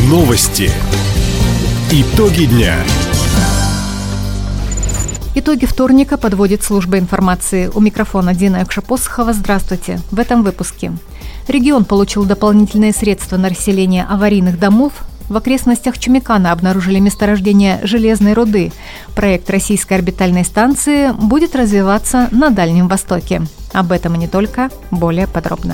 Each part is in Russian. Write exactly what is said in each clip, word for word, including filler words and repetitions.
Новости. Итоги дня. Итоги вторника подводит служба информации. У микрофона Дина Экшапосхова. Здравствуйте. В этом выпуске. Регион получил дополнительные средства на расселение аварийных домов. В окрестностях Чумикана обнаружили месторождение железной руды. Проект российской орбитальной станции будет развиваться на Дальнем Востоке. Об этом и не только, более подробно.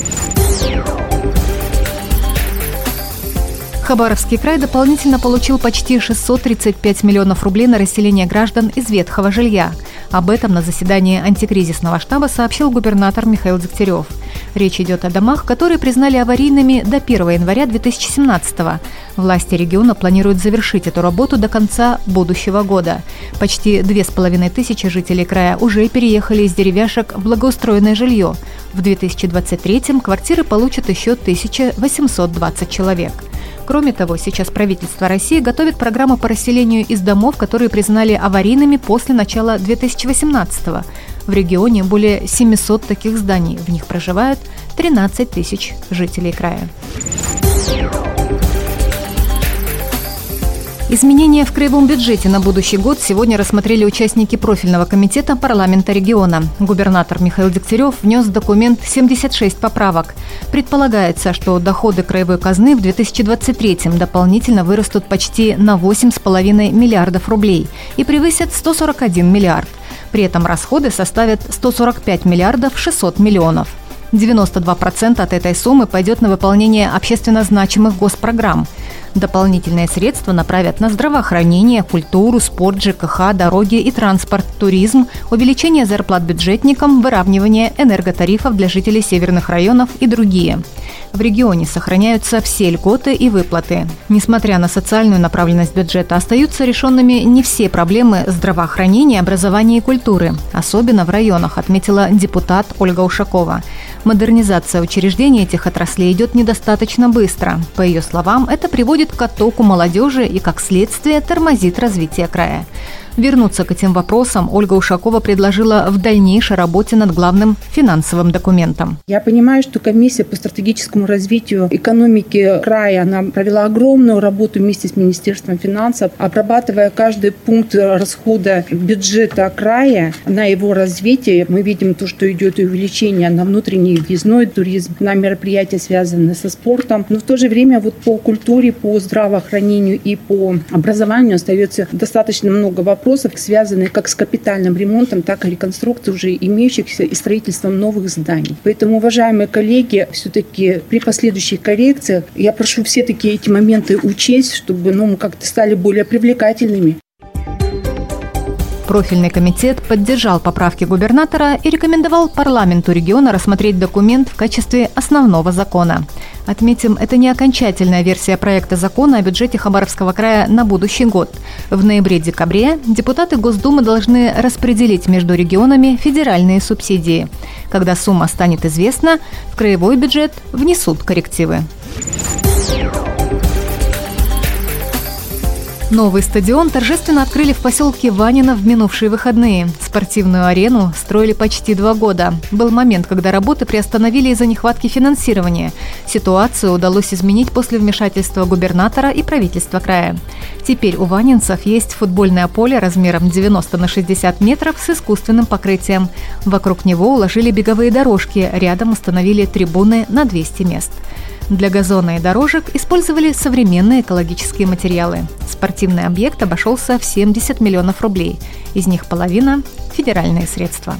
Хабаровский край дополнительно получил почти шестьсот тридцать пять миллионов рублей на расселение граждан из ветхого жилья. Об этом на заседании антикризисного штаба сообщил губернатор Михаил Дегтярев. Речь идет о домах, которые признали аварийными до первого января две тысячи семнадцатого. Власти региона планируют завершить эту работу до конца будущего года. Почти две с половиной тысячи жителей края уже переехали из деревяшек в благоустроенное жилье. В две тысячи двадцать третьем квартиры получат еще тысяча восемьсот двадцать человек. Кроме того, сейчас правительство России готовит программу по расселению из домов, которые признали аварийными после начала две тысячи восемнадцатого. В регионе более семисот таких зданий. В них проживают тринадцать тысяч жителей края. Изменения в краевом бюджете на будущий год сегодня рассмотрели участники профильного комитета парламента региона. Губернатор Михаил Дегтярев внес в документ семьдесят шесть поправок. Предполагается, что доходы краевой казны в две тысячи двадцать третьем дополнительно вырастут почти на восемь с половиной миллиардов рублей и превысят сто сорок один миллиард. При этом расходы составят сто сорок пять миллиардов шестьсот миллионов. девяносто два процента от этой суммы пойдет на выполнение общественно значимых госпрограмм. Дополнительные средства направят на здравоохранение, культуру, спорт, ЖКХ, дороги и транспорт, туризм, увеличение зарплат бюджетникам, выравнивание энерготарифов для жителей северных районов и другие. В регионе сохраняются все льготы и выплаты. Несмотря на социальную направленность бюджета, остаются решенными не все проблемы здравоохранения, образования и культуры, особенно в районах, отметила депутат Ольга Ушакова. Модернизация учреждений этих отраслей идет недостаточно быстро. По ее словам, это приводит к оттоку молодежи и, как следствие, тормозит развитие края. Вернуться к этим вопросам Ольга Ушакова предложила в дальнейшей работе над главным финансовым документом. Я понимаю, что комиссия по стратегическому развитию экономики края, она провела огромную работу вместе с Министерством финансов, обрабатывая каждый пункт расхода бюджета края на его развитие. Мы видим то, что идет увеличение на внутренний въездной туризм, на мероприятия, связанные со спортом. Но в то же время вот по культуре, по здравоохранению и по образованию остается достаточно много вопросов, вопросов, связанных как с капитальным ремонтом, так и реконструкцией уже имеющихся и строительством новых зданий. Поэтому, уважаемые коллеги, все-таки при последующих коррекциях я прошу все-таки эти моменты учесть, чтобы ну, мы как-то стали более привлекательными. Профильный комитет поддержал поправки губернатора и рекомендовал парламенту региона рассмотреть документ в качестве основного закона. Отметим, это не окончательная версия проекта закона о бюджете Хабаровского края на будущий год. В ноябре-декабре депутаты Госдумы должны распределить между регионами федеральные субсидии. Когда сумма станет известна, в краевой бюджет внесут коррективы. Новый стадион торжественно открыли в поселке Ванино в минувшие выходные. Спортивную арену строили почти два года. Был момент, когда работы приостановили из-за нехватки финансирования. Ситуацию удалось изменить после вмешательства губернатора и правительства края. Теперь у ванинцев есть футбольное поле размером девяносто на шестьдесят метров с искусственным покрытием. Вокруг него уложили беговые дорожки, рядом установили трибуны на двести мест. Для газона и дорожек использовали современные экологические материалы. Спортивный объект обошелся в семьдесят миллионов рублей. Из них половина – федеральные средства.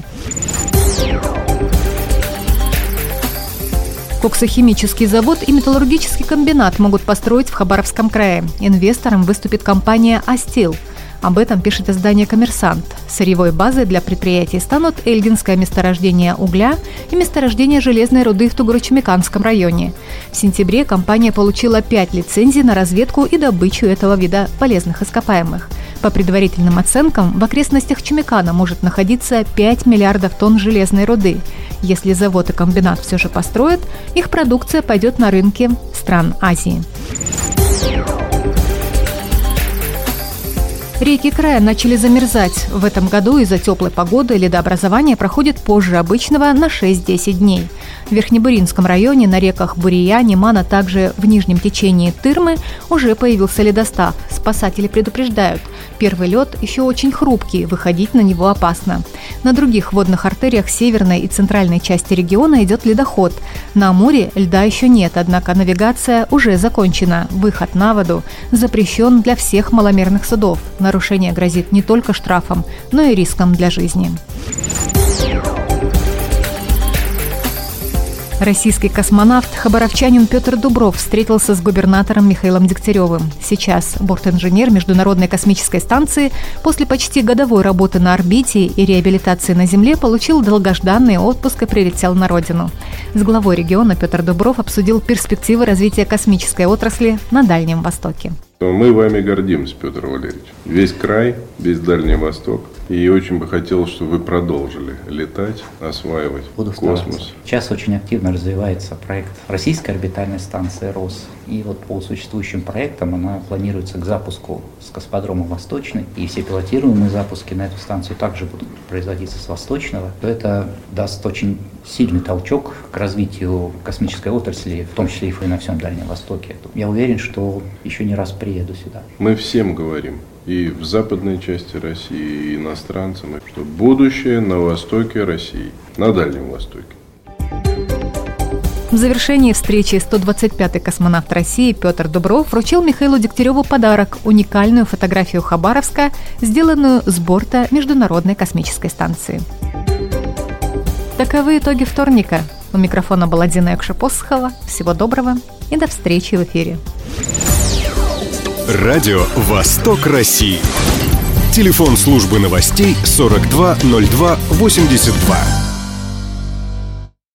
Коксохимический завод и металлургический комбинат могут построить в Хабаровском крае. Инвестором выступит компания «Астил». Об этом пишет издание «Коммерсант». Сырьевой базой для предприятий станут Эльгинское месторождение угля и месторождение железной руды в Тугуру-Чумиканском районе. В сентябре компания получила пять лицензий на разведку и добычу этого вида полезных ископаемых. По предварительным оценкам, в окрестностях Чумикана может находиться пять миллиардов тонн железной руды. Если завод и комбинат все же построят, их продукция пойдет на рынки стран Азии. Реки края начали замерзать. В этом году из-за теплой погоды ледообразование проходит позже обычного на шесть-десять дней. В Верхнебуринском районе на реках Бурия, Неман, а также в нижнем течении Тырмы уже появился ледостав. Спасатели предупреждают, первый лед еще очень хрупкий, выходить на него опасно. На других водных артериях северной и центральной части региона идет ледоход. На Амуре льда еще нет, однако навигация уже закончена. Выход на воду запрещен для всех маломерных судов. Нарушение грозит не только штрафом, но и риском для жизни. Российский космонавт, хабаровчанин Петр Дубров встретился с губернатором Михаилом Дегтяревым. Сейчас бортинженер Международной космической станции после почти годовой работы на орбите и реабилитации на Земле получил долгожданный отпуск и прилетел на родину. С главой региона Петр Дубров обсудил перспективы развития космической отрасли на Дальнем Востоке. Мы вами гордимся, Петр Валерьевич. Весь край, весь Дальний Восток. И очень бы хотелось, чтобы вы продолжили летать, осваивать Буду космос. Стараться. Сейчас очень активно развивается проект российской орбитальной станции РОС. И вот по существующим проектам она планируется к запуску с космодрома Восточный. И все пилотируемые запуски на эту станцию также будут производиться с Восточного. Это даст очень сильный толчок к развитию космической отрасли, в том числе и на всем Дальнем Востоке. Я уверен, что еще не раз приеду сюда. Мы всем говорим, и в западной части России, и иностранцам, что будущее на востоке России, на Дальнем Востоке. В завершении встречи сто двадцать пятый космонавт России Петр Дубров вручил Михаилу Дегтяреву подарок – уникальную фотографию Хабаровска, сделанную с борта Международной космической станции. Таковы итоги вторника. У микрофона была Дина Экшапосхова. Всего доброго и до встречи в эфире. Радио «Восток России». Телефон службы новостей сорок два ноль два восемьдесят два.